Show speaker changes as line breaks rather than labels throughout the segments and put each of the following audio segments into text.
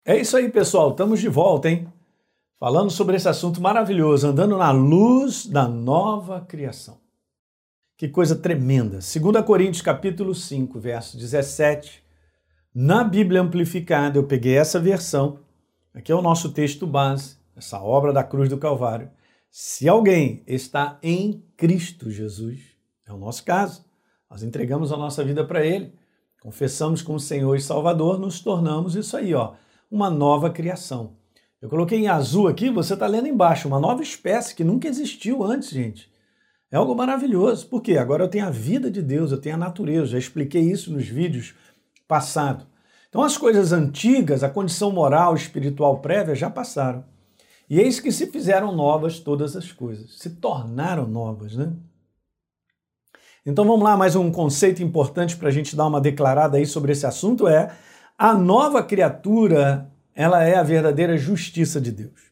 É isso aí, pessoal. Estamos de volta, hein? Falando sobre esse assunto maravilhoso, andando na luz da nova criação. Que coisa tremenda. 2 Coríntios capítulo 5, verso 17. Na Bíblia Amplificada, eu peguei essa versão. Aqui é o nosso texto base, essa obra da cruz do Calvário. Se alguém está em Cristo Jesus, é o nosso caso. Nós entregamos a nossa vida para Ele, confessamos como Senhor e Salvador, nos tornamos isso aí, ó, uma nova criação. Eu coloquei em azul aqui, você está lendo embaixo, uma nova espécie que nunca existiu antes, gente. É algo maravilhoso. Por quê? Agora eu tenho a vida de Deus, eu tenho a natureza. Já expliquei isso nos vídeos passados. Então as coisas antigas, a condição moral, espiritual prévia já passaram. E eis que se fizeram novas todas as coisas. Se tornaram novas, né? Então vamos lá, mais um conceito importante para a gente dar uma declarada aí sobre esse assunto é a nova criatura, ela é a verdadeira justiça de Deus.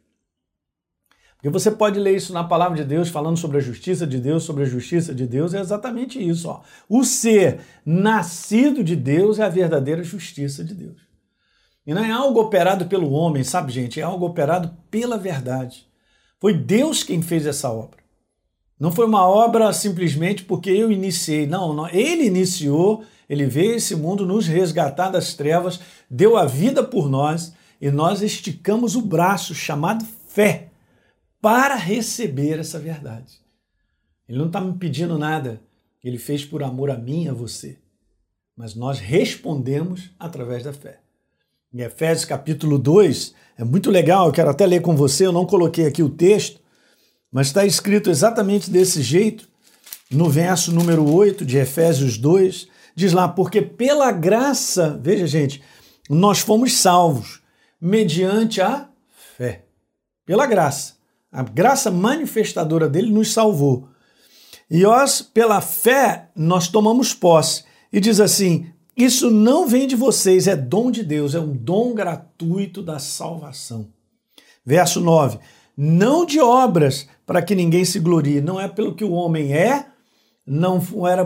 Porque você pode ler isso na palavra de Deus, falando sobre a justiça de Deus, sobre a justiça de Deus, é exatamente isso. Ó. O ser nascido de Deus é a verdadeira justiça de Deus. E não é algo operado pelo homem, sabe, gente? É algo operado pela verdade. Foi Deus quem fez essa obra. Não foi uma obra simplesmente porque eu iniciei. Não, Ele iniciou, Ele veio a esse mundo nos resgatar das trevas, deu a vida por nós e nós esticamos o braço chamado fé para receber essa verdade. Ele não está me pedindo nada, Ele fez por amor a mim e a você. Mas nós respondemos através da fé. Em Efésios capítulo 2, é muito legal, eu quero até ler com você, eu não coloquei aqui o texto, mas está escrito exatamente desse jeito, no verso número 8 de Efésios 2, diz lá, porque pela graça, veja gente, nós fomos salvos, mediante a fé. Pela graça. A graça manifestadora dele nos salvou. E nós, pela fé, nós tomamos posse. E diz assim, isso não vem de vocês, é dom de Deus, é um dom gratuito da salvação. Verso 9, não de obras para que ninguém se glorie, não é pelo que o homem é, não era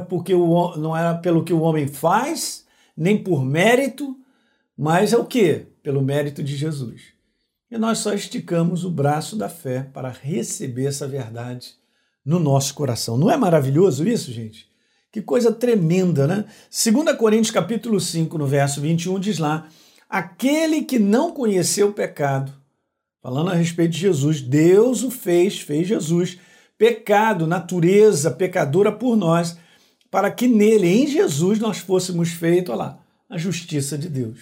pelo que o homem faz, nem por mérito, mas é o quê? Pelo mérito de Jesus. E nós só esticamos o braço da fé para receber essa verdade no nosso coração. Não é maravilhoso isso, gente? Que coisa tremenda, né? 2 Coríntios capítulo 5, no verso 21, diz lá, aquele que não conheceu o pecado, falando a respeito de Jesus, Deus o fez Jesus, pecado, natureza pecadora por nós, para que nele, em Jesus, nós fôssemos feitos, olha lá, a justiça de Deus.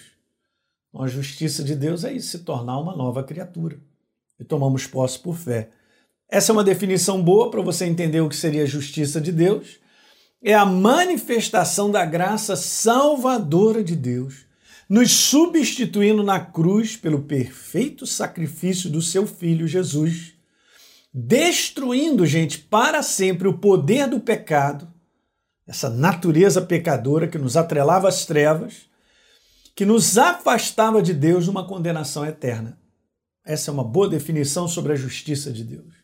A justiça de Deus é isso, se tornar uma nova criatura. E tomamos posse por fé. Essa é uma definição boa para você entender o que seria a justiça de Deus. É a manifestação da graça salvadora de Deus, nos substituindo na cruz pelo perfeito sacrifício do seu Filho Jesus, destruindo, gente, para sempre o poder do pecado, essa natureza pecadora que nos atrelava às trevas, que nos afastava de Deus numa condenação eterna. Essa é uma boa definição sobre a justiça de Deus.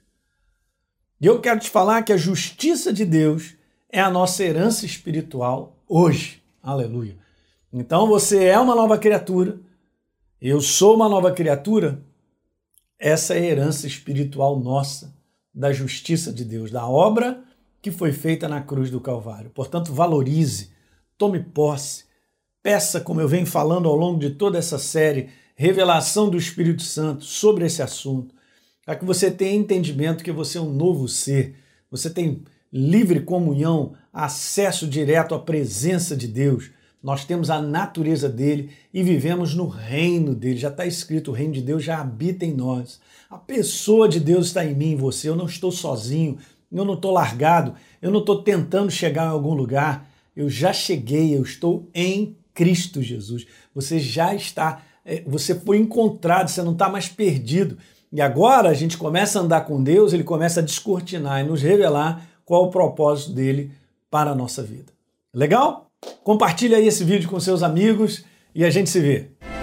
E eu quero te falar que a justiça de Deus é a nossa herança espiritual hoje. Aleluia. Então você é uma nova criatura, eu sou uma nova criatura, essa é a herança espiritual nossa, da justiça de Deus, da obra que foi feita na cruz do Calvário. Portanto, valorize, tome posse, peça, como eu venho falando ao longo de toda essa série, revelação do Espírito Santo sobre esse assunto, para que você tenha entendimento que você é um novo ser, você tem livre comunhão, acesso direto à presença de Deus, nós temos a natureza dele e vivemos no reino dele. Já está escrito, o reino de Deus já habita em nós. A pessoa de Deus está em mim, em você. Eu não estou sozinho, eu não estou largado, eu não estou tentando chegar em algum lugar. Eu já cheguei, eu estou em Cristo Jesus. Você já está, você foi encontrado, você não está mais perdido. E agora a gente começa a andar com Deus, ele começa a descortinar e nos revelar qual o propósito dele para a nossa vida. Legal? Compartilha aí esse vídeo com seus amigos e a gente se vê.